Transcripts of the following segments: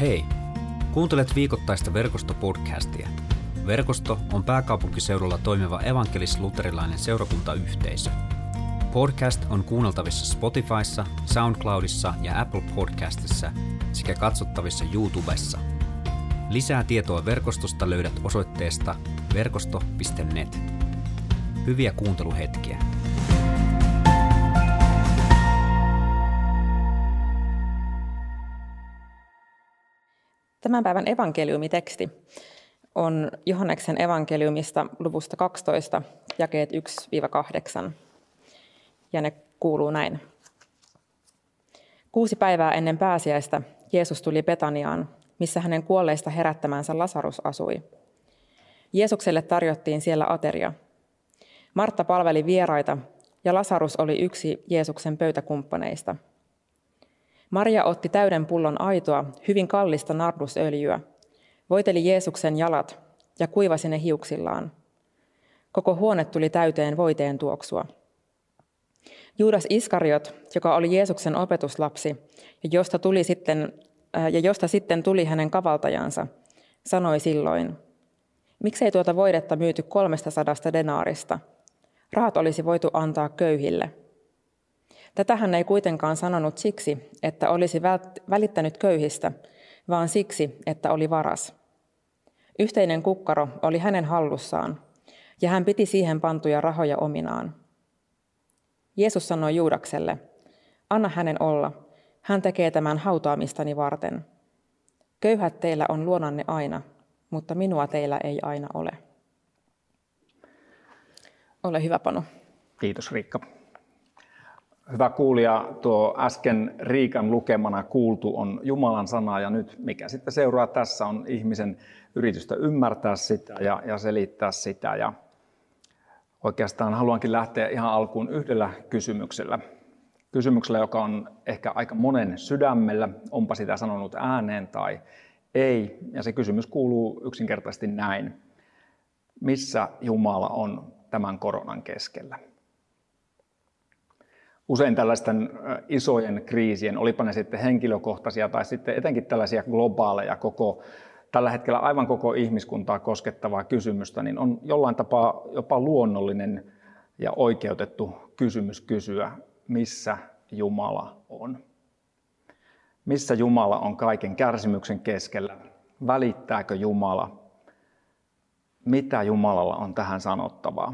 Hei! Kuuntelet viikoittaista Verkosto-podcastia. Verkosto on pääkaupunkiseudulla toimiva evankelis-luterilainen seurakuntayhteisö. Podcast on kuunneltavissa Spotifyssa, SoundCloudissa ja Apple Podcastissa sekä katsottavissa YouTubessa. Lisää tietoa verkostosta löydät osoitteesta verkosto.net. Hyviä kuunteluhetkiä. Tämän päivän evankeliumiteksti on Johanneksen evankeliumista luvusta 12, jakeet 1-8. Ja ne kuuluu näin. 6 päivää ennen pääsiäistä Jeesus tuli Betaniaan, missä hänen kuolleista herättämänsä Lasarus asui. Jeesukselle tarjottiin siellä ateria. Martta palveli vieraita ja Lasarus oli yksi Jeesuksen pöytäkumppaneista. Maria otti täyden pullon aitoa, hyvin kallista nardusöljyä, voiteli Jeesuksen jalat ja kuivasi ne hiuksillaan. Koko huone tuli täyteen voiteen tuoksua. Juudas Iskariot, joka oli Jeesuksen opetuslapsi ja josta sitten tuli hänen kavaltajansa, sanoi silloin, miksei tuota voidetta myyty 300 denaarista? Rahat olisi voitu antaa köyhille. Tätä hän ei kuitenkaan sanonut siksi, että olisi välittänyt köyhistä, vaan siksi, että oli varas. Yhteinen kukkaro oli hänen hallussaan, ja hän piti siihen pantuja rahoja ominaan. Jeesus sanoi Juudakselle, anna hänen olla, hän tekee tämän hautaamistani varten. Köyhät teillä on luonanne aina, mutta minua teillä ei aina ole. Ole hyvä, Panu. Kiitos, Riikka. Hyvä kuulija, tuo äsken Riikan lukemana kuultu on Jumalan sana ja nyt mikä sitten seuraa tässä on ihmisen yritystä ymmärtää sitä ja selittää sitä. Ja oikeastaan haluankin lähteä ihan alkuun yhdellä kysymyksellä. Kysymyksellä, joka on ehkä aika monen sydämellä, onpa sitä sanonut ääneen tai ei. Ja se kysymys kuuluu yksinkertaisesti näin. Missä Jumala on tämän koronan keskellä? Usein tällaisten isojen kriisien, olipa ne sitten henkilökohtaisia tai sitten etenkin tällaisia globaaleja, tällä hetkellä aivan koko ihmiskuntaa koskettavaa kysymystä, niin on jollain tapaa jopa luonnollinen ja oikeutettu kysymys kysyä, missä Jumala on. Missä Jumala on kaiken kärsimyksen keskellä? Välittääkö Jumala? Mitä Jumalalla on tähän sanottavaa?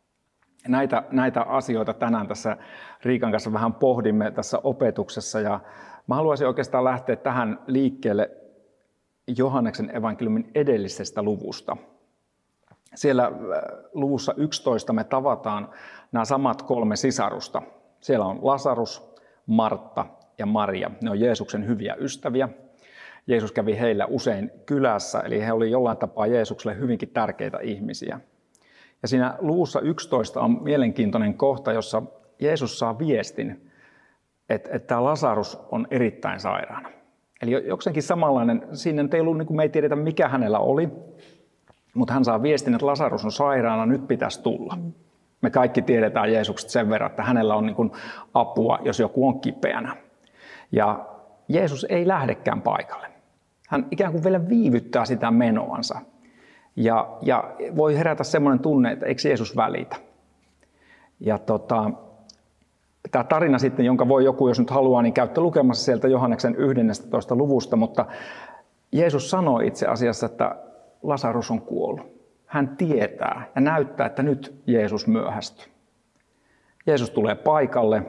Näitä asioita tänään tässä Riikan kanssa vähän pohdimme tässä opetuksessa ja mä haluaisin oikeastaan lähteä tähän liikkeelle Johanneksen evankeliumin edellisestä luvusta. Siellä luvussa 11 me tavataan nämä samat 3 sisarusta. Siellä on Lasarus, Martta ja Maria. Ne on Jeesuksen hyviä ystäviä. Jeesus kävi heillä usein kylässä, eli he olivat jollain tapaa Jeesukselle hyvinkin tärkeitä ihmisiä. Ja siinä luvussa 11 on mielenkiintoinen kohta, jossa Jeesus saa viestin, että tämä Lasarus on erittäin sairaana. Eli jokseenkin samanlainen, siinä ei ollut, me ei tiedetä mikä hänellä oli, mutta hän saa viestin, että Lasarus on sairaana, nyt pitäisi tulla. Me kaikki tiedetään Jeesuksesta sen verran, että hänellä on apua, jos joku on kipeänä. Ja Jeesus ei lähdekään paikalle. Hän ikään kuin vielä viivyttää sitä menoansa. Ja voi herätä semmoinen tunne, että eikö Jeesus välitä. Ja tämä tarina sitten, jonka voi joku, jos nyt haluaa, niin käyttää lukemassa sieltä Johanneksen 11. luvusta, mutta Jeesus sanoi itse asiassa, että Lasarus on kuollut. Hän tietää ja näyttää, että nyt Jeesus myöhästyy. Jeesus tulee paikalle,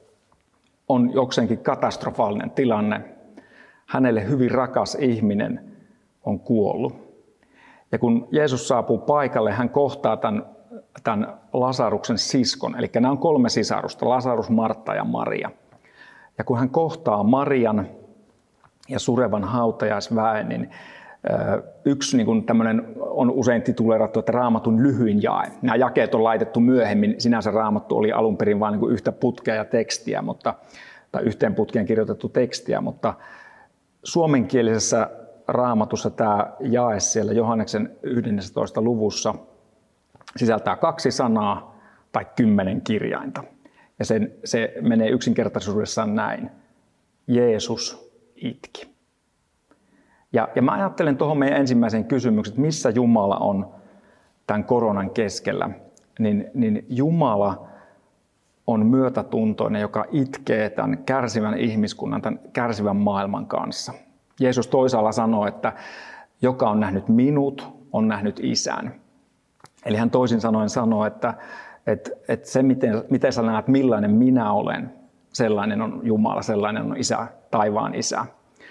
on jokseenkin katastrofaalinen tilanne. Hänelle hyvin rakas ihminen on kuollut. Ja kun Jeesus saapuu paikalle, hän kohtaa tämän Lasaruksen siskon. Eli nämä on 3 sisarusta, Lasarus, Martta ja Maria. Ja kun hän kohtaa Marian ja surevan hautajaisväen, niin yksi niin tämmöinen on usein tituleerattu, että Raamatun lyhyin jae. Nämä jakeet on laitettu myöhemmin. Sinänsä Raamattu oli alun perin vain niin yhtä putkea ja tekstiä, tai yhteen putkeen kirjoitettu tekstiä, mutta suomenkielisessä Raamatussa tämä jae siellä Johanneksen 11. luvussa sisältää 2 sanaa tai 10 kirjainta. Ja se menee yksinkertaisuudessaan näin. Jeesus itki. Ja mä ajattelen tuohon meidän ensimmäiseen kysymykseen, että missä Jumala on tämän koronan keskellä. Niin Jumala on myötätuntoinen, joka itkee tämän kärsivän ihmiskunnan, tämän kärsivän maailman kanssa. Jeesus toisaalla sanoo, että joka on nähnyt minut, on nähnyt Isän. Eli hän toisin sanoen sanoo, että se miten sä näet millainen minä olen, sellainen on Jumala, sellainen on Isä, taivaan Isä.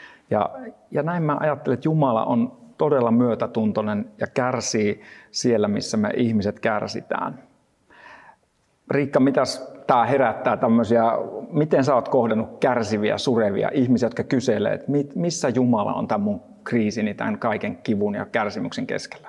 Ja näin mä ajattelen, että Jumala on todella myötätuntoinen ja kärsii siellä, missä me ihmiset kärsitään. Riikka, mitäs tämä herättää tämmöisiä, miten sä oot kohdannut kärsiviä, surevia ihmisiä, jotka kyselee, että missä Jumala on tämän mun kriisini, tämän kaiken kivun ja kärsimyksen keskellä?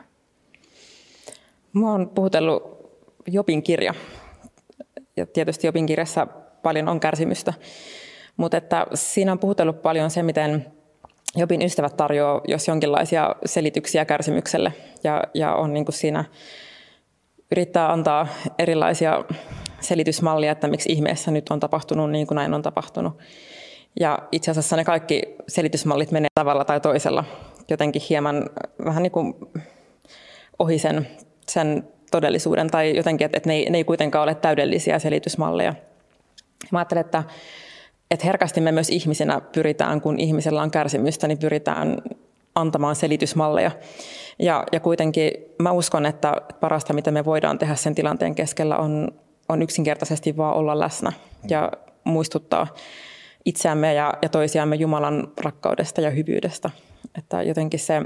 Mua on puhutellut Jobin kirja. Ja tietysti Jobin kirjassa paljon on kärsimystä, mutta että siinä on puhutellut paljon se, miten Jobin ystävät tarjoaa jos jonkinlaisia selityksiä kärsimykselle ja on niin kuin siinä yrittää antaa erilaisia selitysmallia, että miksi ihmeessä nyt on tapahtunut niin kuin näin on tapahtunut. Ja itse asiassa ne kaikki selitysmallit menee tavalla tai toisella jotenkin hieman vähän niin kuin ohi sen todellisuuden tai jotenkin, että ne ei kuitenkaan ole täydellisiä selitysmalleja. Mä ajattelen, että herkästi me myös ihmisenä pyritään, kun ihmisellä on kärsimystä, niin pyritään antamaan selitysmalleja. Ja kuitenkin mä uskon, että parasta, mitä me voidaan tehdä sen tilanteen keskellä, on yksinkertaisesti vaan olla läsnä ja muistuttaa itseämme ja toisiamme Jumalan rakkaudesta ja hyvyydestä. Että jotenkin se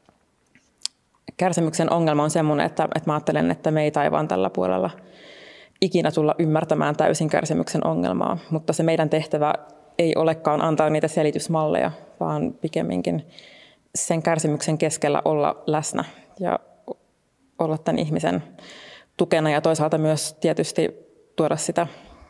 kärsimyksen ongelma on semmoinen, että mä ajattelen, että me ei taivaan tällä puolella ikinä tulla ymmärtämään täysin kärsimyksen ongelmaa, mutta se meidän tehtävä ei olekaan antaa niitä selitysmalleja, vaan pikemminkin sen kärsimyksen keskellä olla läsnä ja olla tämän ihmisen tukena ja toisaalta myös tietysti tuoda sitä,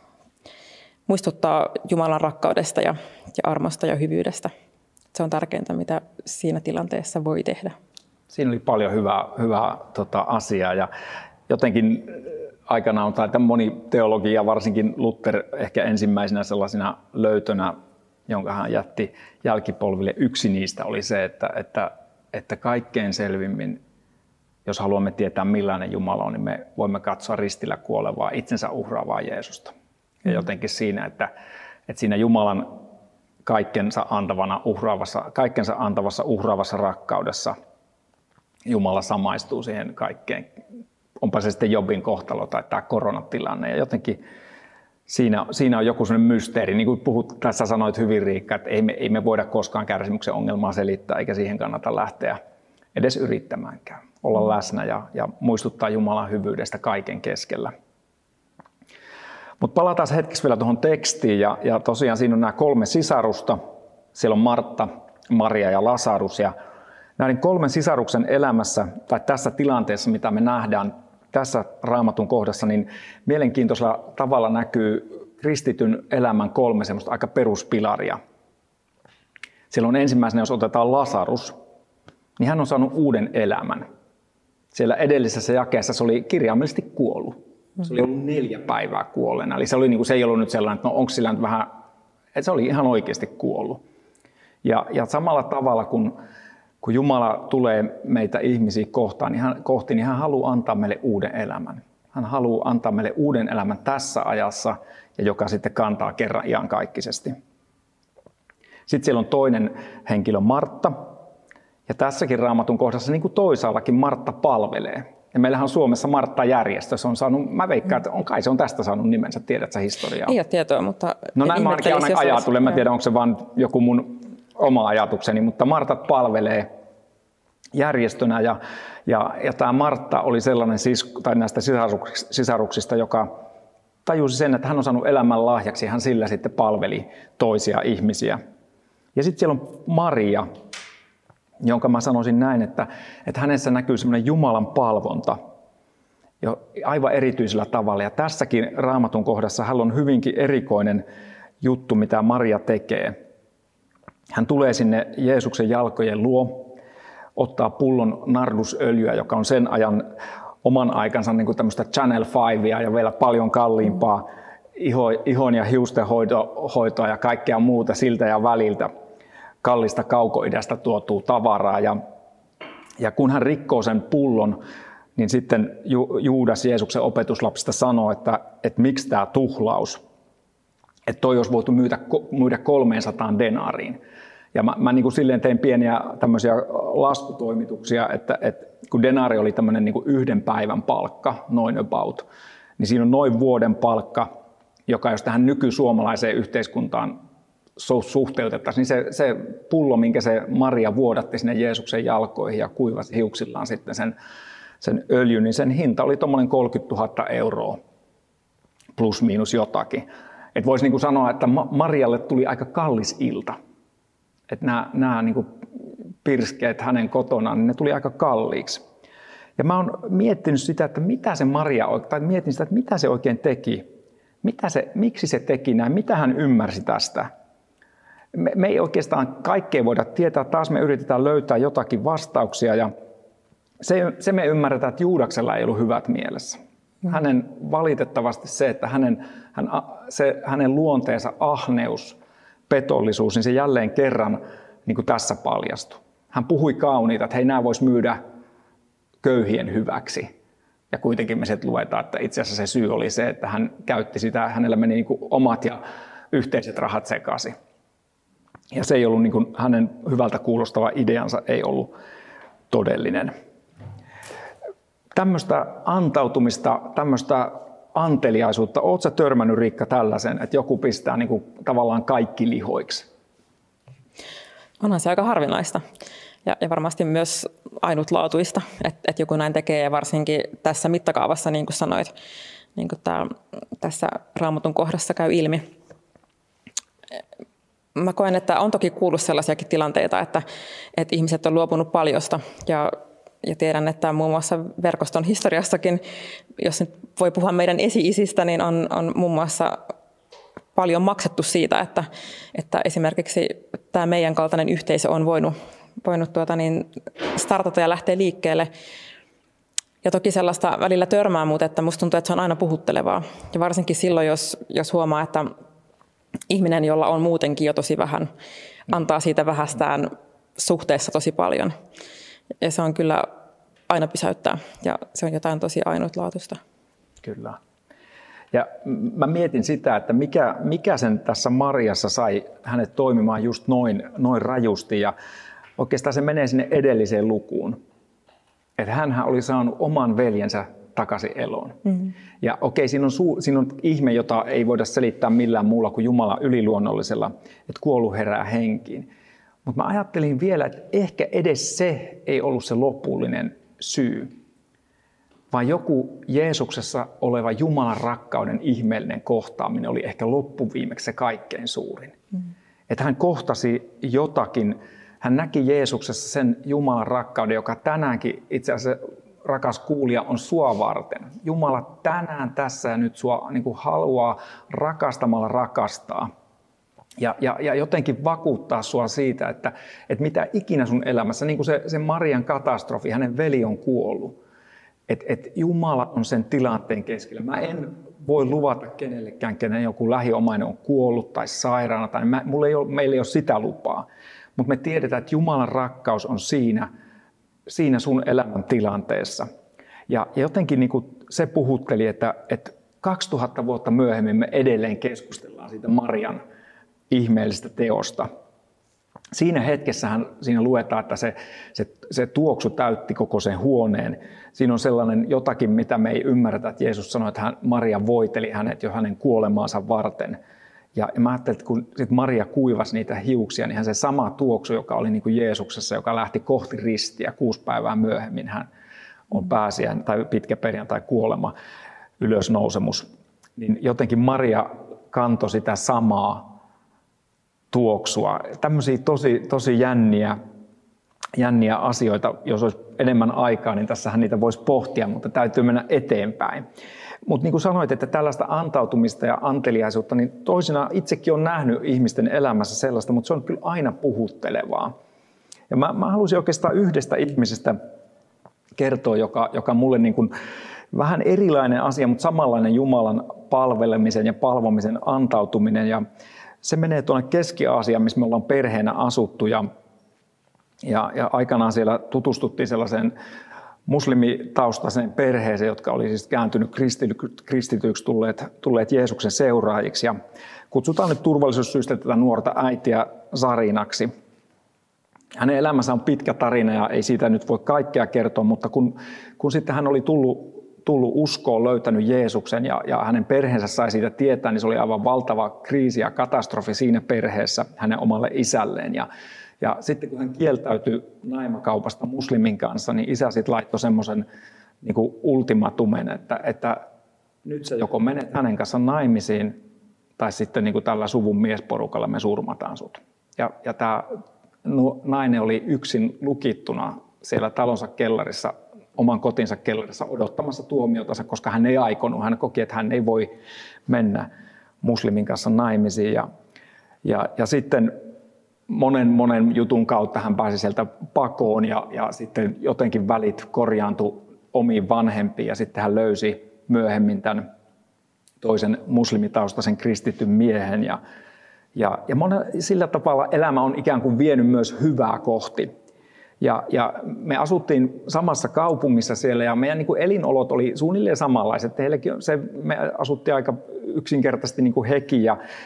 muistuttaa Jumalan rakkaudesta ja armosta ja hyvyydestä. Se on tärkeintä, mitä siinä tilanteessa voi tehdä. Siinä oli paljon hyvää asiaa ja jotenkin aikanaan tai moni teologi ja varsinkin Luther ehkä ensimmäisenä sellaisena löytönä, jonka hän jätti jälkipolville. Yksi niistä oli se, että kaikkein selvimmin, jos haluamme tietää millainen Jumala on, niin me voimme katsoa ristillä kuolevaa, itsensä uhraavaa Jeesusta. Ja jotenkin siinä, että siinä Jumalan kaikkensa antavassa uhraavassa rakkaudessa Jumala samaistuu siihen kaikkeen. Onpa se sitten Jobin kohtalo tai tämä koronatilanne. Ja jotenkin siinä on joku sellainen mysteeri. Niin kuin tässä sanoit hyvin, Riikka, että ei me voida koskaan kärsimyksen ongelmaa selittää, eikä siihen kannata lähteä edes yrittämäänkään. Olla läsnä ja muistuttaa Jumalan hyvyydestä kaiken keskellä. Mutta palataan hetkeksi vielä tuohon tekstiin. Ja tosiaan siinä on nämä 3 sisarusta. Siellä on Martta, Maria ja Lasarus. Ja näiden 3 sisaruksen elämässä tai tässä tilanteessa, mitä me nähdään tässä Raamatun kohdassa, niin mielenkiintoisella tavalla näkyy kristityn elämän 3 semmoista aika peruspilaria. Siellä on ensimmäisenä, jos otetaan Lasarus, niin hän on saanut uuden elämän. Siellä edellisessä jakeessa se oli kirjaimellisesti kuollut. Se oli ollut 4 päivää kuolleena. Eli se ei ollut nyt sellainen, että no onko sillä nyt vähän, että se oli ihan oikeasti kuollut. Ja samalla tavalla kun Jumala tulee meitä ihmisiä kohti, niin hän haluaa antaa meille uuden elämän. Hän haluaa antaa meille uuden elämän tässä ajassa, ja joka sitten kantaa kerran iankaikkisesti. Sitten siellä on toinen henkilö, Martta. Ja tässäkin Raamatun kohdassa, niin kuin toisaallakin, Martta palvelee. Ja meillähän on Suomessa Martta-järjestö. Se on saanut, mä veikkaan, että kai se on tästä saanut nimensä. Tiedät sä historiaa? Ei ole tietoa, mutta... No näin mä ainakin aina ajatellen. Mä tiedän, onko se vaan joku mun oma ajatukseni. Mutta Martat palvelee järjestönä. Ja tämä Martta oli sellainen tai näistä sisaruksista, joka tajusi sen, että hän on saanut elämän lahjaksi. Hän sillä sitten palveli toisia ihmisiä. Ja sitten siellä on Maria, jonka mä sanoisin näin, että hänessä näkyy semmoinen Jumalan palvonta jo aivan erityisellä tavalla. Ja tässäkin Raamatun kohdassa hän on hyvinkin erikoinen juttu, mitä Maria tekee. Hän tulee sinne Jeesuksen jalkojen luo, ottaa pullon nardusöljyä, joka on sen ajan oman aikansa niin kuin tämmöistä Channel 5 ja vielä paljon kalliimpaa ihon ja hiusten hoitoa ja kaikkea muuta siltä ja väliltä. kallista kaukoidästä tuotua tavaraa. Ja kun hän rikkoo sen pullon, niin sitten Juudas Jeesuksen opetuslapsista sanoo, että miksi tämä tuhlaus, että toi olisi voitu myydä 300 denaariin. Ja mä niin kuin silleen tein pieniä tämmöisiä laskutoimituksia, että kun denaari oli tämmöinen niin kuin 1 päivän palkka, noin about, niin siinä on noin vuoden palkka, joka jos tähän nykysuomalaiseen yhteiskuntaan suhteutettaisiin, niin se pullo, minkä se Maria vuodatti sinne Jeesuksen jalkoihin ja kuivasi hiuksillaan sitten sen öljyn, niin sen hinta oli tuommoinen 30 000 euroa plus miinus jotakin. Että voisi niin kuin sanoa, että Marialle tuli aika kallis ilta. Että nämä niin kuin pirskeet hänen kotonaan, niin ne tuli aika kalliiksi. Ja mä oon miettinyt sitä, että mitä se Maria, tai mietin sitä, että mitä se oikein teki. Miksi se teki näin? Mitä hän ymmärsi tästä? Me ei oikeastaan kaikkea voida tietää. Taas me yritetään löytää jotakin vastauksia. Ja se me ymmärretään, että Juudaksella ei ollut hyvät mielessä. Hänen valitettavasti se, että hänen luonteensa ahneus, petollisuus, niin se jälleen kerran niin kuin tässä paljastui. Hän puhui kauniita, että hei, nämä vois myydä köyhien hyväksi. Ja kuitenkin me sitten luetaan, että itse asiassa se syy oli se, että hän käytti sitä, hänellä meni niin kuin omat ja yhteiset rahat sekaisin. Ja se ei ollut niin kuin hänen hyvältä kuulostava ideansa, ei ollut todellinen. Tämmöistä antautumista, tämmöistä anteliaisuutta, ootko sä törmännyt, Riikka, tällaisen, että joku pistää niin kuin tavallaan kaikki lihoiksi? Onhan se aika harvinaista ja varmasti myös ainutlaatuista, että joku näin tekee, ja varsinkin tässä mittakaavassa, niin kuin sanoit, niin kuin tässä Raamatun kohdassa käy ilmi. Mä koen, että on toki kuullut sellaisiakin tilanteita, että ihmiset on luopunut paljosta, ja tiedän, että muun muassa verkoston historiassakin, jos nyt voi puhua meidän esi-isistä, niin on muun muassa paljon maksettu siitä, että esimerkiksi tämä meidän kaltainen yhteisö on voinut startata ja lähteä liikkeelle. Ja toki sellaista välillä törmää, mutta että musta tuntuu, että se on aina puhuttelevaa. Ja varsinkin silloin, jos huomaa, että ihminen, jolla on muutenkin jo tosi vähän, antaa siitä vähästään suhteessa tosi paljon. Ja se on kyllä aina pysäyttää, ja se on jotain tosi ainutlaatuista. Kyllä. Ja mä mietin sitä, että mikä sen tässä Mariassa sai hänet toimimaan just noin rajusti, ja oikeastaan se menee sinne edelliseen lukuun. Että hänhän oli saanut oman veljensä takaisin eloon. Mm-hmm. Ja okei, siinä on ihme, jota ei voida selittää millään muulla kuin Jumalan yliluonnollisella, että kuollut herää henkiin. Mutta mä ajattelin vielä, että ehkä edes se ei ollut se lopullinen syy, vaan joku Jeesuksessa oleva Jumalan rakkauden ihmeellinen kohtaaminen oli ehkä loppuviimeksi se kaikkein suurin. Että hän kohtasi jotakin, hän näki Jeesuksessa sen Jumalan rakkauden, joka tänäänkin itse asiassa, rakas kuulija, on sua varten. Jumala tänään tässä ja nyt sua niin kuin haluaa rakastamalla rakastaa. Ja jotenkin vakuuttaa sua siitä, että mitä ikinä sun elämässä, niin kuin se Marian katastrofi, hänen veli on kuollut. Että Jumala on sen tilanteen keskellä. Mä en voi luvata kenellekään, kenen joku lähiomainen on kuollut tai sairaana, tai meillä ei ole sitä lupaa. Mutta me tiedetään, että Jumalan rakkaus on siinä sun elämän tilanteessa. Ja jotenkin niin kuin se puhutteli, että 2000 vuotta myöhemmin me edelleen keskustellaan siitä Marian ihmeellisestä teosta. Siinä hetkessähän siinä luetaan, että se tuoksu täytti koko sen huoneen. Siinä on sellainen jotakin, mitä me ei ymmärretä, että Jeesus sanoi, että Maria voiteli hänet jo hänen kuolemaansa varten. Ja mä ajattelin, että kun sit Maria kuivasi niitä hiuksia, niin se sama tuoksu, joka oli niin kuin Jeesuksessa, joka lähti kohti ristiä 6 päivää myöhemmin, hän on pääsiäinen tai pitkä perjantai kuolema, ylösnousemus. Niin jotenkin Maria kantoi sitä samaa tuoksua. Tämmöisiä tosi jänniä asioita, jos olisi enemmän aikaa, niin tässähän niitä voisi pohtia, mutta täytyy mennä eteenpäin. Mutta niin kuin sanoit, että tällaista antautumista ja anteliaisuutta, niin toisinaan itsekin olen nähnyt ihmisten elämässä sellaista, mutta se on kyllä aina puhuttelevaa. Ja mä haluaisin oikeastaan yhdestä ihmisestä kertoa, joka mulle niin kuin vähän erilainen asia, mutta samanlainen Jumalan palvelemisen ja palvomisen antautuminen. Ja se menee tuonne Keski-Aasiaan, missä me ollaan perheenä asuttu ja aikanaan siellä tutustuttiin sellaiseen muslimitaustaiseen perheeseen, jotka oli siis kääntynyt kristityiksi tulleet Jeesuksen seuraajiksi. Ja kutsutaan nyt turvallisuussyistä tätä nuorta äitiä Zarinaksi. Hänen elämänsä on pitkä tarina ja ei siitä nyt voi kaikkea kertoa, mutta kun sitten hän oli tullut uskoon, löytänyt Jeesuksen ja hänen perheensä sai siitä tietää, niin se oli aivan valtava kriisi ja katastrofi siinä perheessä hänen omalle isälleen. Ja sitten kun hän kieltäytyi naimakaupasta muslimin kanssa, niin isä sitten laittoi semmoisen niin kuin ultimatumen, että nyt sä joko menet hänen kanssa naimisiin tai sitten niin kuin tällä suvun miesporukalla me surmataan sut. Ja tämä nainen oli yksin lukittuna siellä talonsa kellarissa, oman kotinsa kellarissa odottamassa tuomiotansa, koska hän ei aikonut. Hän koki, että hän ei voi mennä muslimin kanssa naimisiin. Ja sitten monen jutun kautta hän pääsi sieltä pakoon ja sitten jotenkin välit korjaantui omiin vanhempiin. Ja sitten hän löysi myöhemmin tämän toisen muslimitaustaisen kristityn miehen. Ja sillä tavalla elämä on ikään kuin vienyt myös hyvää kohti. Ja me asuttiin samassa kaupungissa siellä ja meidän niin kuin elinolot oli suunnilleen samanlaiset. Me asuttiin aika yksinkertaisesti niin kuin hekin.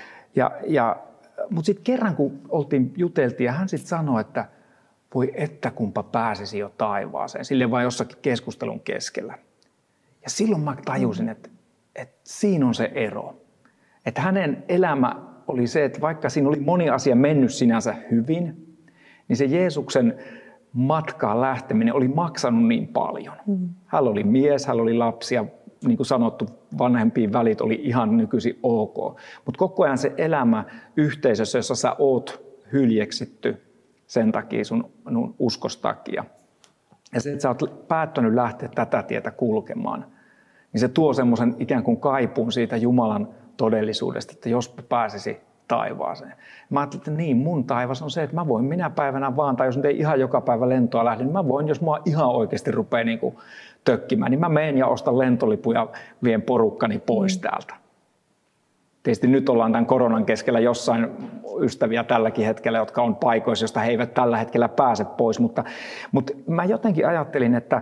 Mutta sitten kerran kun juteltiin ja hän sitten sanoi, että voi että kumpa pääsisi jo taivaaseen. Silleen vaan jossakin keskustelun keskellä. Ja silloin mä tajusin, että siinä on se ero. Että hänen elämä oli se, että vaikka siinä oli moni asia mennyt sinänsä hyvin, niin se Jeesuksen matkaan lähteminen oli maksanut niin paljon. Hän oli mies, hän oli lapsia, niin kuin sanottu, vanhempiin välit oli ihan nykyisin ok. Mutta koko ajan se elämä yhteisössä, jossa sä oot hyljeksitty sen takia sun uskostakia. Ja se, että sä oot päättänyt lähteä tätä tietä kulkemaan, niin se tuo semmoisen ikään kuin kaipuun siitä Jumalan todellisuudesta, että jospa pääsisi taivaaseen. Mä ajattelin, että niin, mun taivas on se, että mä voin minä päivänä vaan, tai jos nyt ei ihan joka päivä lentoa lähde, niin mä voin, jos mua ihan oikeasti rupeaa niin kuin tökkimään, niin mä menen ja ostan lentolipun ja vien porukkani pois täältä. Tietysti nyt ollaan tämän koronan keskellä jossain ystäviä tälläkin hetkellä, jotka on paikoissa, josta he eivät tällä hetkellä pääse pois, mutta mä jotenkin ajattelin, että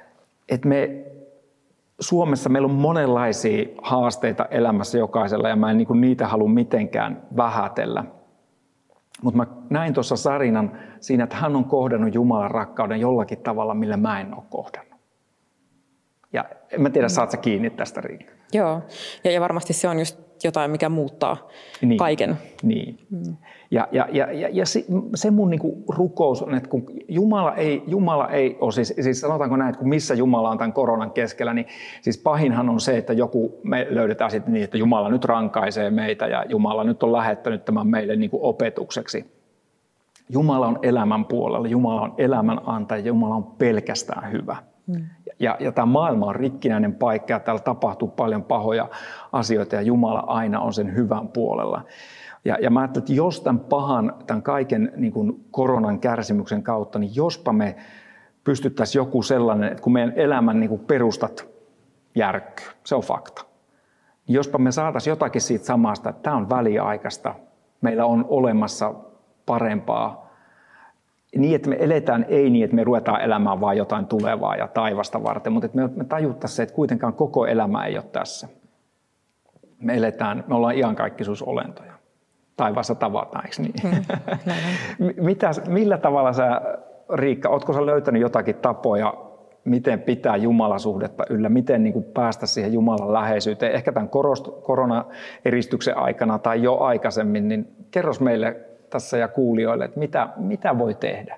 Suomessa meillä on monenlaisia haasteita elämässä jokaisella ja mä en niitä halua mitenkään vähätellä. Mutta mä näin tuossa Zarinan siinä, että hän on kohdannut Jumalan rakkauden jollakin tavalla, millä mä en ole kohdannut. Ja en mä tiedä, saat sä kiinni tästä, Riikka? Joo, ja varmasti se on just jotain, mikä muuttaa kaiken. Niin. Ja se mun niinku rukous on, että kun Jumala ei ole, siis sanotaanko näin, että kun missä Jumala on tämän koronan keskellä, niin siis pahinhan on se, että me löydetään sitten niin, että Jumala nyt rankaisee meitä ja Jumala nyt on lähettänyt tämän meille niinku opetukseksi. Jumala on elämän puolella, Jumala on elämän antaja, Jumala on pelkästään hyvä. Ja tämä maailma on rikkinäinen paikka ja täällä tapahtuu paljon pahoja asioita ja Jumala aina on sen hyvän puolella. Ja mä ajattelin, että jos tämän kaiken niin kuin koronan kärsimyksen kautta, niin jospa me pystyttäisiin joku sellainen, että kun meidän elämän niin kuin perustat järkkyy, se on fakta. Niin jospa me saataisiin jotakin siitä samasta, että tämä on väliaikaista, meillä on olemassa parempaa. Niin, että me eletään ei niin, että me ruvetaan elämään vaan jotain tulevaa ja taivasta varten, mutta että me tajuttaisiin se, että kuitenkaan koko elämä ei ole tässä. Me ollaan iankaikkisuusolentoja. Taivaassa tavataan, eikö niin? Millä tavalla sä, Riikka, ootko sä löytänyt jotakin tapoja, miten pitää Jumalasuhdetta yllä, miten niin kuin päästä siihen Jumalan läheisyyteen, ehkä tämän koronaeristyksen aikana tai jo aikaisemmin, niin kerros meille tässä ja kuulijoille, että mitä voi tehdä?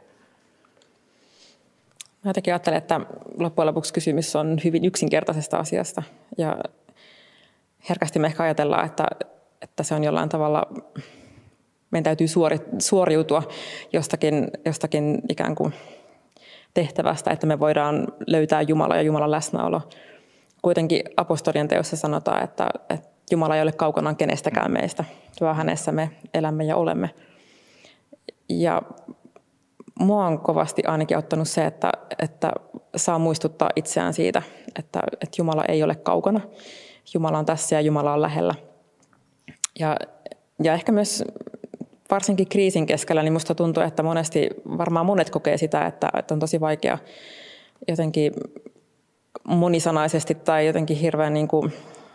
Mä jotenkin ajattelen, että loppujen lopuksi kysymys on hyvin yksinkertaisesta asiasta. Ja herkästi me ehkä ajatellaan, että se on jollain tavalla, meidän täytyy suoriutua jostakin ikään kuin tehtävästä, että me voidaan löytää Jumala ja Jumalan läsnäolo. Kuitenkin apostolien teossa sanotaan, että Jumala ei ole kaukana kenestäkään meistä, vaan hänessä me elämme ja olemme. Ja mua on kovasti ainakin ottanut se, että saa muistuttaa itseään siitä, että Jumala ei ole kaukana. Jumala on tässä ja Jumala on lähellä. Ja Ja ehkä myös varsinkin kriisin keskellä, niin musta tuntuu, että monesti varmaan monet kokee sitä, että on tosi vaikea jotenkin monisanaisesti tai jotenkin hirveän, niin kuin,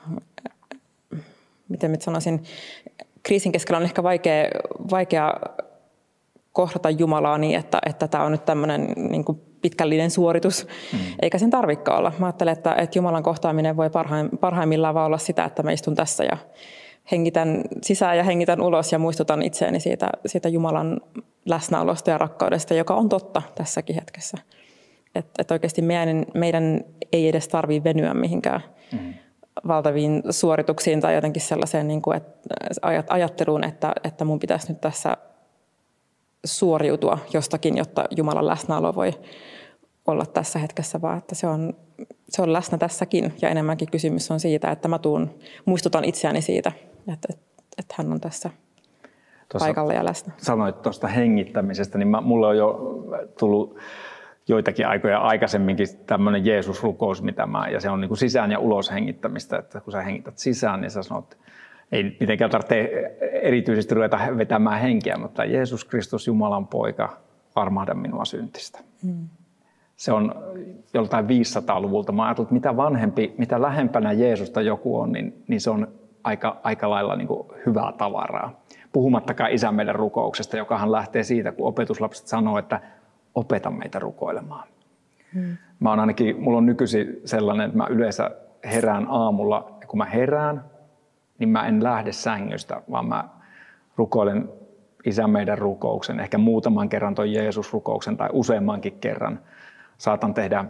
miten nyt sanoisin, kriisin keskellä on ehkä vaikea kohdata Jumalaa niin, että tämä on nyt tämmöinen niin kuin pitkällinen suoritus, eikä sen tarvitse olla. Mä ajattelen, että Jumalan kohtaaminen voi parhaimmillaan vaan olla sitä, että mä istun tässä ja hengitän sisään ja hengitän ulos ja muistutan itseäni siitä Jumalan läsnäolosta ja rakkaudesta, joka on totta tässäkin hetkessä. Että oikeasti meidän ei edes tarvitse venyä mihinkään valtaviin suorituksiin tai jotenkin sellaiseen niin kuin, ajatteluun, että mun pitäisi nyt tässä suoriutua jostakin, jotta Jumalan läsnäolo voi olla tässä hetkessä, vaan että se on läsnä tässäkin. Ja enemmänkin kysymys on siitä, että mä muistutan itseäni siitä, että hän on tässä paikalla ja läsnä. Sanoit tuosta hengittämisestä, niin mulle on jo tullut joitakin aikoja aikaisemminkin tämmöinen Jeesus-rukous, ja se on niin kuin sisään ja ulos hengittämistä, että kun sä hengität sisään, niin sä sanot, ei mitenkään tarvitse erityisesti ruveta vetämään henkeä, mutta Jeesus Kristus, Jumalan poika, armahda minua syntistä. Se on joltain 500-luvulta. Mä ajattelin, että mitä vanhempi, mitä lähempänä Jeesusta joku on, niin se on aika lailla niin kuin hyvää tavaraa. Puhumattakaan Isä meidän rukouksesta, jokahan lähtee siitä, kun opetuslapset sanoo, että opeta meitä rukoilemaan. Mulla on nykyisin sellainen, että mä yleensä herään aamulla, ja kun mä herään, niin mä en lähde sängystä, vaan mä rukoilen Isä meidän rukouksen, ehkä muutaman kerran ton Jeesus-rukouksen tai useammankin kerran. Saatan tehdä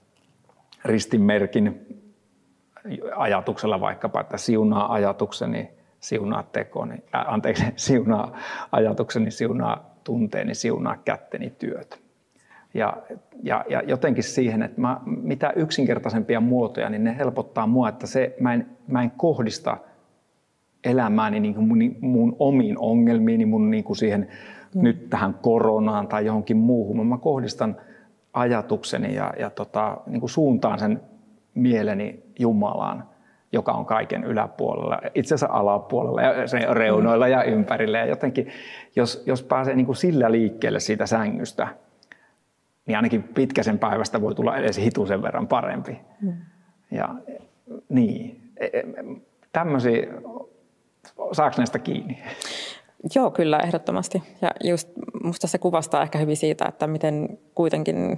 ristinmerkin ajatuksella vaikkapa, että siunaa ajatukseni, siunaa tekoni, siunaa ajatukseni, siunaa tunteeni, siunaa kätteni työt. Ja jotenkin siihen, että mitä yksinkertaisempia muotoja, niin ne helpottaa mua, että mä en kohdista elämääni niin kuin mun omiin ongelmiini, niin kuin siihen nyt tähän koronaan tai johonkin muuhun. Mä kohdistan ajatukseni ja niin kuin suuntaan sen mieleni Jumalaan, joka on kaiken yläpuolella, itse asiassa alapuolella ja reunoilla ja ympärillä. Ja jotenkin, jos pääsee niin kuin sillä liikkeelle siitä sängystä, niin ainakin pitkäsen päivästä voi tulla edes hitusen verran parempi. Ja niin, tämmöisiä, saako näistä kiinni? Joo, kyllä ehdottomasti. Ja just musta se kuvastaa ehkä hyvin siitä, että miten kuitenkin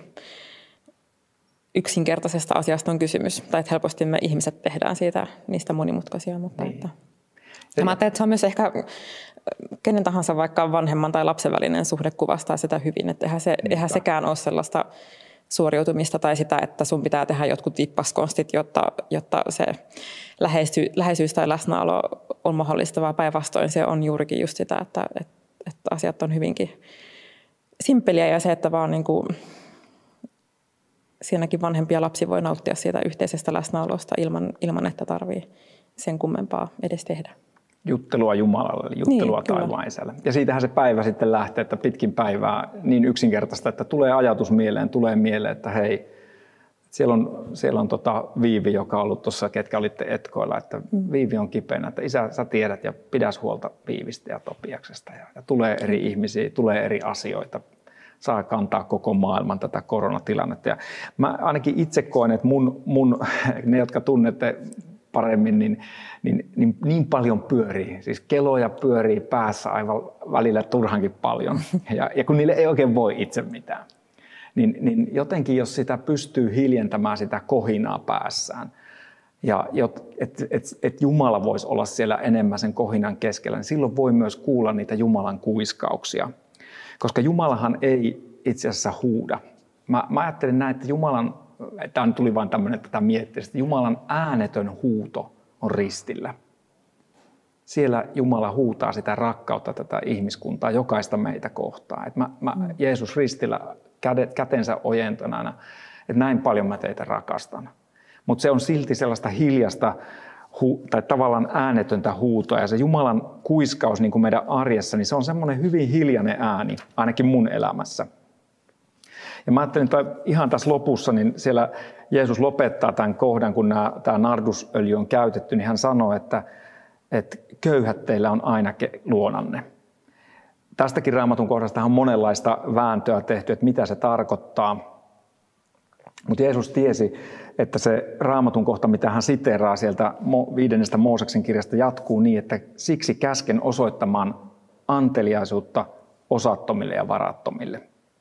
yksinkertaisesta asiasta on kysymys. Tai että helposti me ihmiset tehdään niistä monimutkaisia. Mutta niin. Ja mä ajattelen, että se on myös ehkä kenen tahansa vaikka vanhemman tai lapsen välinen suhde kuvastaa sitä hyvin. Että eihän sekään ole sellaista suoriutumista tai sitä, että sun pitää tehdä jotkut vippaskonstit, jotta se läheisyys tai läsnäolo on mahdollistavaa. Päinvastoin se on juurikin just sitä, että asiat on hyvinkin simppeliä ja se, että vaan niin kuin siinäkin vanhempi ja lapsi voi nauttia siitä yhteisestä läsnäolosta ilman että tarvii sen kummempaa edes tehdä. Juttelua Jumalalle, juttelua niin, taivaan Isälle. Ja siitähän se päivä sitten lähtee, että pitkin päivää niin yksinkertaista, että tulee ajatus mieleen, tulee mieleen, että hei, siellä on Viivi, joka on ollut tuossa, ketkä olitte etkoilla, että Viivi on kipeänä, että Isä, sä tiedät ja pidäs huolta Viivistä ja Topiaksesta. Ja tulee eri ihmisiä, tulee eri asioita, saa kantaa koko maailman tätä koronatilannetta. Ja mä ainakin itse koen, että ne, jotka tunnette paremmin, niin paljon pyörii. Siis keloja pyörii päässä aivan välillä turhankin paljon. Ja kun niille ei oikein voi itse mitään. Niin jotenkin, jos sitä pystyy hiljentämään sitä kohinaa päässään, ja että Jumala voisi olla siellä enemmän sen kohinan keskellä, niin silloin voi myös kuulla niitä Jumalan kuiskauksia. Koska Jumalahan ei itse asiassa huuda. Mä ajattelin näin, että tämä tuli vain tämmöinen, että tätä miettii, että Jumalan äänetön huuto on ristillä. Siellä Jumala huutaa sitä rakkautta tätä ihmiskuntaa, jokaista meitä kohtaan. Jeesus ristillä kätensä ojentanana, että näin paljon mä teitä rakastan. Mutta se on silti sellaista hiljasta tai tavallaan äänetöntä huutoa. Ja se Jumalan kuiskaus niin kuin meidän arjessa, niin se on semmoinen hyvin hiljainen ääni, ainakin mun elämässä. Ja mä ajattelin, että ihan tässä lopussa, niin siellä Jeesus lopettaa tämän kohdan, kun tämä nardusöljy on käytetty, niin hän sanoo, että että köyhät teillä on aina luonanne. Tästäkin Raamatun kohdasta on monenlaista vääntöä tehty, että mitä se tarkoittaa. Mutta Jeesus tiesi, että se Raamatun kohta, mitä hän siteeraa sieltä 5. Mooseksen kirjasta, jatkuu niin, että siksi käsken osoittamaan anteliaisuutta osattomille ja varattomille.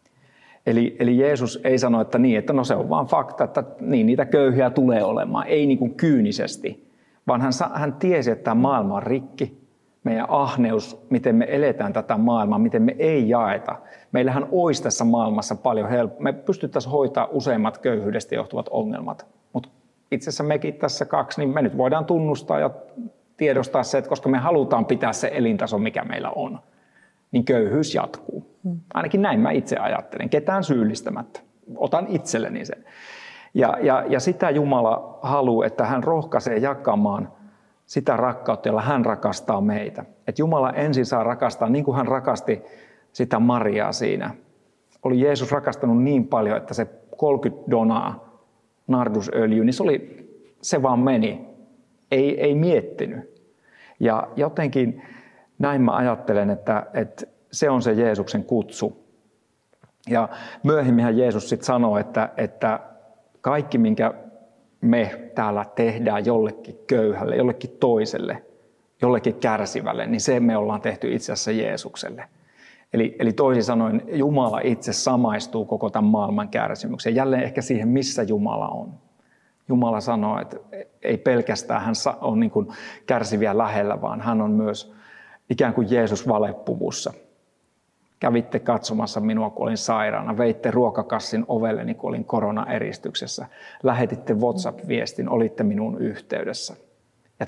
Eli Jeesus ei sano, että niin, että no se on vaan fakta, että niin niitä köyhiä tulee olemaan, ei niin kuin kyynisesti, vaan hän tiesi, että tämä maailma on rikki. Meidän ahneus, miten me eletään tätä maailmaa, miten me ei jaeta. Meillähän olisi tässä maailmassa paljon helppoa. Me pystyttäisiin hoitaa useimmat köyhyydestä johtuvat ongelmat. Mutta itse asiassa mekin tässä kaksi, niin me nyt voidaan tunnustaa ja tiedostaa se, että koska me halutaan pitää se elintaso, mikä meillä on, niin köyhyys jatkuu. Ainakin näin mä itse ajattelen, ketään syyllistämättä. Otan itselleni sen. Ja sitä Jumala haluaa, että hän rohkaisee jakamaan sitä rakkautta, jolla hän rakastaa meitä. Että Jumala ensin saa rakastaa, niin kuin hän rakasti sitä Mariaa siinä. Oli Jeesus rakastanut niin paljon, että se 30 donaa nardusöljyä, niin se vaan meni. Ei miettinyt. Ja jotenkin näin mä ajattelen, että se on se Jeesuksen kutsu. Ja myöhemminhän Jeesus sitten sanoo, että kaikki, minkä me täällä tehdään jollekin köyhälle, jollekin toiselle, jollekin kärsivälle, niin se me ollaan tehty itse asiassa Jeesukselle. Eli toisin sanoen Jumala itse samaistuu koko tämän maailman kärsimykseen. Jälleen ehkä siihen, missä Jumala on. Jumala sanoo, että ei pelkästään hän on niin kuin kärsiviä lähellä, vaan hän on myös ikään kuin Jeesus valepuvussa. Kävitte katsomassa minua, kun olin sairaana. Veitte ruokakassin ovelleni, kun olin koronaeristyksessä. Lähetitte WhatsApp-viestin, olitte minun yhteydessä. Ja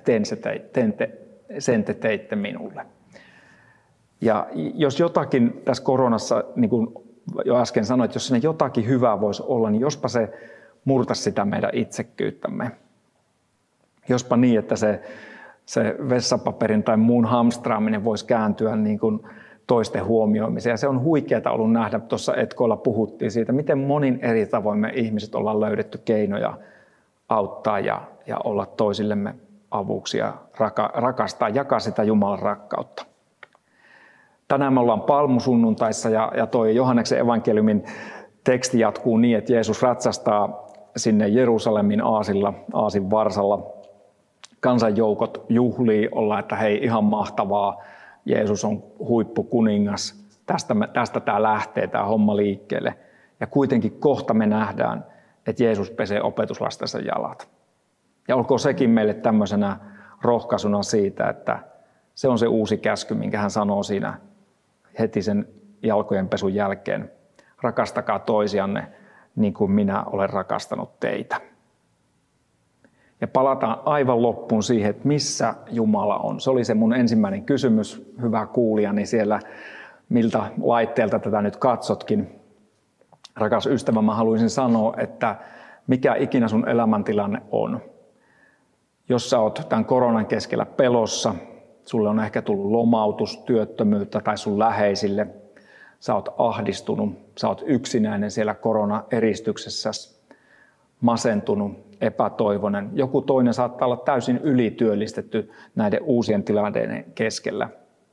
sen te teitte minulle. Ja jos jotakin tässä koronassa, niin kuin jo äsken sanoin, että jos siinä jotakin hyvää voisi olla, niin jospa se murtaisi sitä meidän itsekkyyttämme. Jospa niin, että se vessapaperin tai muun hamstraaminen voisi kääntyä niin kuin toisten huomioimiseen. Ja se on huikeaa ollut nähdä, tuossa Etkoilla puhuttiin siitä, miten monin eri tavoin me ihmiset ollaan löydetty keinoja auttaa ja olla toisillemme avuksi ja rakastaa, jakaa sitä Jumalan rakkautta. Tänään me ollaan palmusunnuntaissa ja toi Johanneksen evankeliumin teksti jatkuu niin, että Jeesus ratsastaa sinne Jerusalemin aasin varsalla. Kansanjoukot juhlii, olla, että hei, ihan mahtavaa, Jeesus on huippukuningas, tästä tämä lähtee, tämä homma liikkeelle. Ja kuitenkin kohta me nähdään, että Jeesus pesee opetuslastensa jalat. Ja olkoon sekin meille tämmöisenä rohkaisuna siitä, että se on se uusi käsky, minkä hän sanoo siinä heti sen jalkojen pesun jälkeen. Rakastakaa toisianne niin kuin minä olen rakastanut teitä. Ja palataan aivan loppuun siihen, että missä Jumala on. Se oli se mun ensimmäinen kysymys, hyvä kuulijani siellä, miltä laitteelta tätä nyt katsotkin. Rakas ystävä, mä haluaisin sanoa, että mikä ikinä sun elämäntilanne on. Jos sä oot tämän koronan keskellä pelossa, sulle on ehkä tullut lomautus, työttömyyttä tai sun läheisille, sä oot ahdistunut, sä oot yksinäinen siellä koronaeristyksessä, masentunut, epätoivoinen. Joku toinen saattaa olla täysin ylityöllistetty näiden uusien tilanteiden keskellä.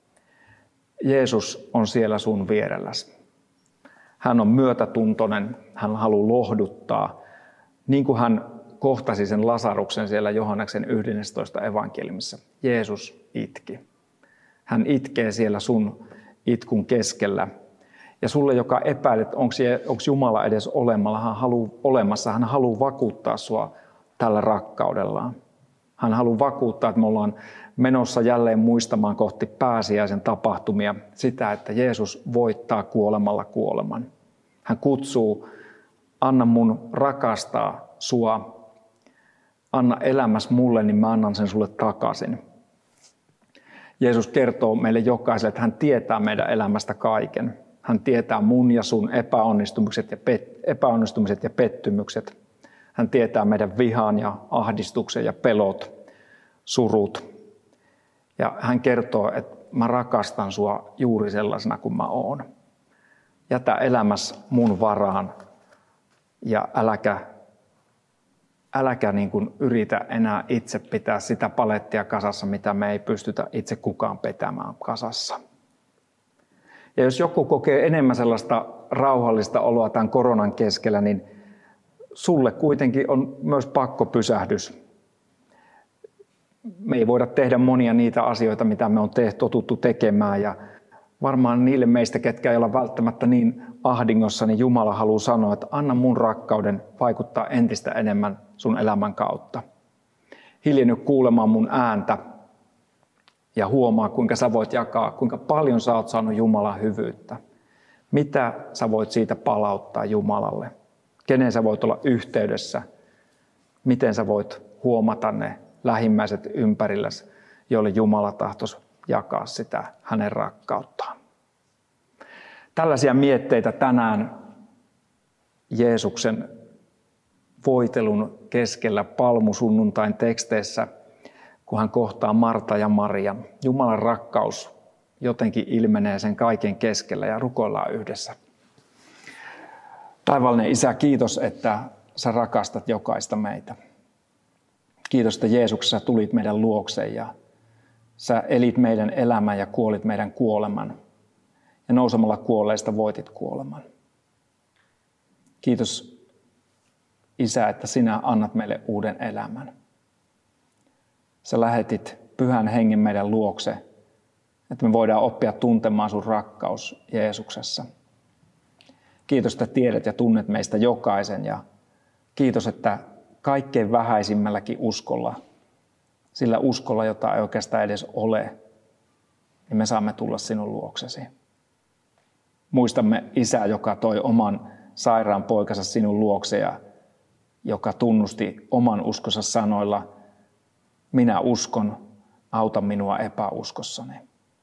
Jeesus on siellä sun vierelläsi. Hän on myötätuntoinen, hän haluaa lohduttaa, niin kuin hän kohtasi sen Lasaruksen siellä Johanneksen 11. evankeliumissa. Jeesus itki. Hän itkee siellä sun itkun keskellä. Ja sulle, joka epäilet, onko Jumala edes olemassa, hän haluaa vakuuttaa sua tällä rakkaudellaan. Hän haluaa vakuuttaa, että me ollaan menossa jälleen muistamaan kohti pääsiäisen tapahtumia sitä, että Jeesus voittaa kuolemalla kuoleman. Hän kutsuu, anna mun rakastaa sua, anna elämäs mulle, niin mä annan sen sulle takaisin. Jeesus kertoo meille jokaiselle, että hän tietää meidän elämästä kaiken. Hän tietää mun ja sun epäonnistumiset ja pettymykset. Hän tietää meidän vihan ja ahdistuksen ja pelot, surut. Ja hän kertoo, että mä rakastan sua juuri sellaisena kuin mä oon. Jätä elämässä mun varaan ja äläkä Äläkä niin kuin yritä enää itse pitää sitä palettia kasassa, mitä me ei pystytä itse kukaan pitämään kasassa. Ja jos joku kokee enemmän sellaista rauhallista oloa tämän koronan keskellä, niin sulle kuitenkin on myös pakkopysähdys. Me ei voida tehdä monia niitä asioita, mitä me on totuttu tekemään. Ja varmaan niille meistä, ketkä ei olla välttämättä niin ahdingossa, niin Jumala haluaa sanoa, että anna mun rakkauden vaikuttaa entistä enemmän sun elämän kautta. Hiljenny kuulemaan mun ääntä ja huomaa, kuinka sä voit jakaa, kuinka paljon sä oot saanut Jumalan hyvyyttä. Mitä sä voit siitä palauttaa Jumalalle? Kenen sä voit olla yhteydessä? Miten sä voit huomata ne lähimmäiset ympärilläsi, joille Jumala tahtoisi jakaa sitä hänen rakkauttaan. Tällaisia mietteitä tänään Jeesuksen voitelun keskellä palmusunnuntain teksteissä, kun hän kohtaa Marta ja Maria. Jumalan rakkaus jotenkin ilmenee sen kaiken keskellä ja rukoillaan yhdessä. Taivaallinen Isä, kiitos, että sä rakastat jokaista meitä. Kiitos, että Jeesuksessa tulit meidän luokseen ja sä elit meidän elämän ja kuolit meidän kuoleman. Ja nousemalla kuolleista voitit kuoleman. Kiitos, Isä, että sinä annat meille uuden elämän. Sä lähetit Pyhän Hengen meidän luokse, että me voidaan oppia tuntemaan sun rakkaus Jeesuksessa. Kiitos, että tiedät ja tunnet meistä jokaisen ja kiitos, että kaikkein vähäisimmälläkin uskolla, sillä uskolla, jota ei oikeastaan edes ole, niin me saamme tulla sinun luoksesi. Muistamme Isää, joka toi oman sairaan poikansa sinun luokse ja joka tunnusti oman uskonsa sanoilla, minä uskon, auta minua epäuskossani.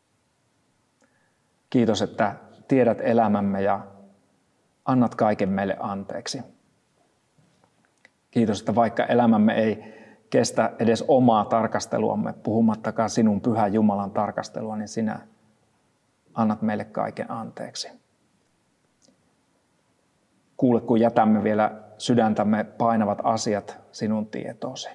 Kiitos, että tiedät elämämme ja annat kaiken meille anteeksi. Kiitos, että vaikka elämämme ei kestä edes omaa tarkasteluamme, puhumattakaan sinun pyhän Jumalan tarkastelua, niin sinä annat meille kaiken anteeksi. Kuule, kun jätämme vielä sydäntämme painavat asiat sinun tietoosi.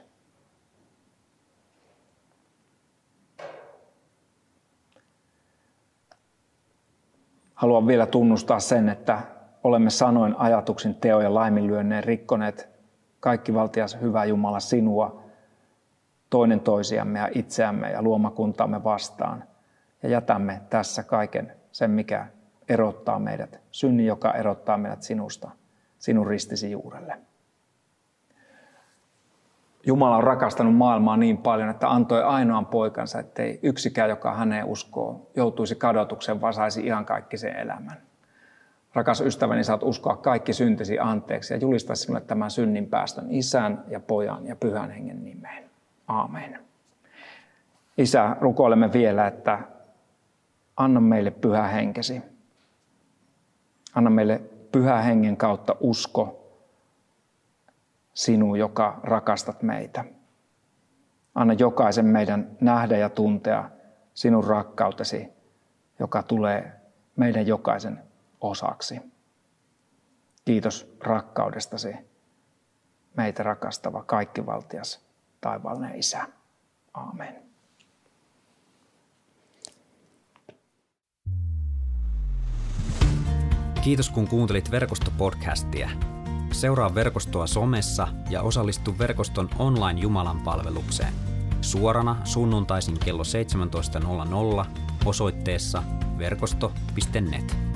Haluan vielä tunnustaa sen, että olemme sanoin, ajatuksin, teon ja laiminlyönneen rikkoneet kaikkivaltias hyvä Jumala sinua, toinen toisiamme ja itseämme ja luomakuntaamme vastaan. Ja jätämme tässä kaiken sen, mikä erottaa meidät, synnin, joka erottaa meidät sinusta, sinun ristisi juurelle. Jumala on rakastanut maailmaa niin paljon, että antoi ainoan poikansa, ettei yksikään, joka häneen uskoo, joutuisi kadotukseen, vaan saisi ihan kaikkisen elämän. Rakas ystäväni, saat uskoa kaikki syntisi anteeksi ja julistaa sinulle tämän synnin päästön Isän ja Pojan ja Pyhän Hengen nimeen. Aamen. Isä, rukoilemme vielä, että anna meille Pyhä Henkesi. Anna meille Pyhän Hengen kautta usko sinuun, joka rakastat meitä. Anna jokaisen meidän nähdä ja tuntea sinun rakkautesi, joka tulee meidän jokaisen osaksi. Kiitos rakkaudestasi, meitä rakastava kaikkivaltias taivaallinen Isä. Aamen. Kiitos kun kuuntelit Verkosto-podcastia. Seuraa Verkostoa somessa ja osallistu Verkoston online Jumalanpalvelukseen. Suorana sunnuntaisin kello 17.00 osoitteessa verkosto.net.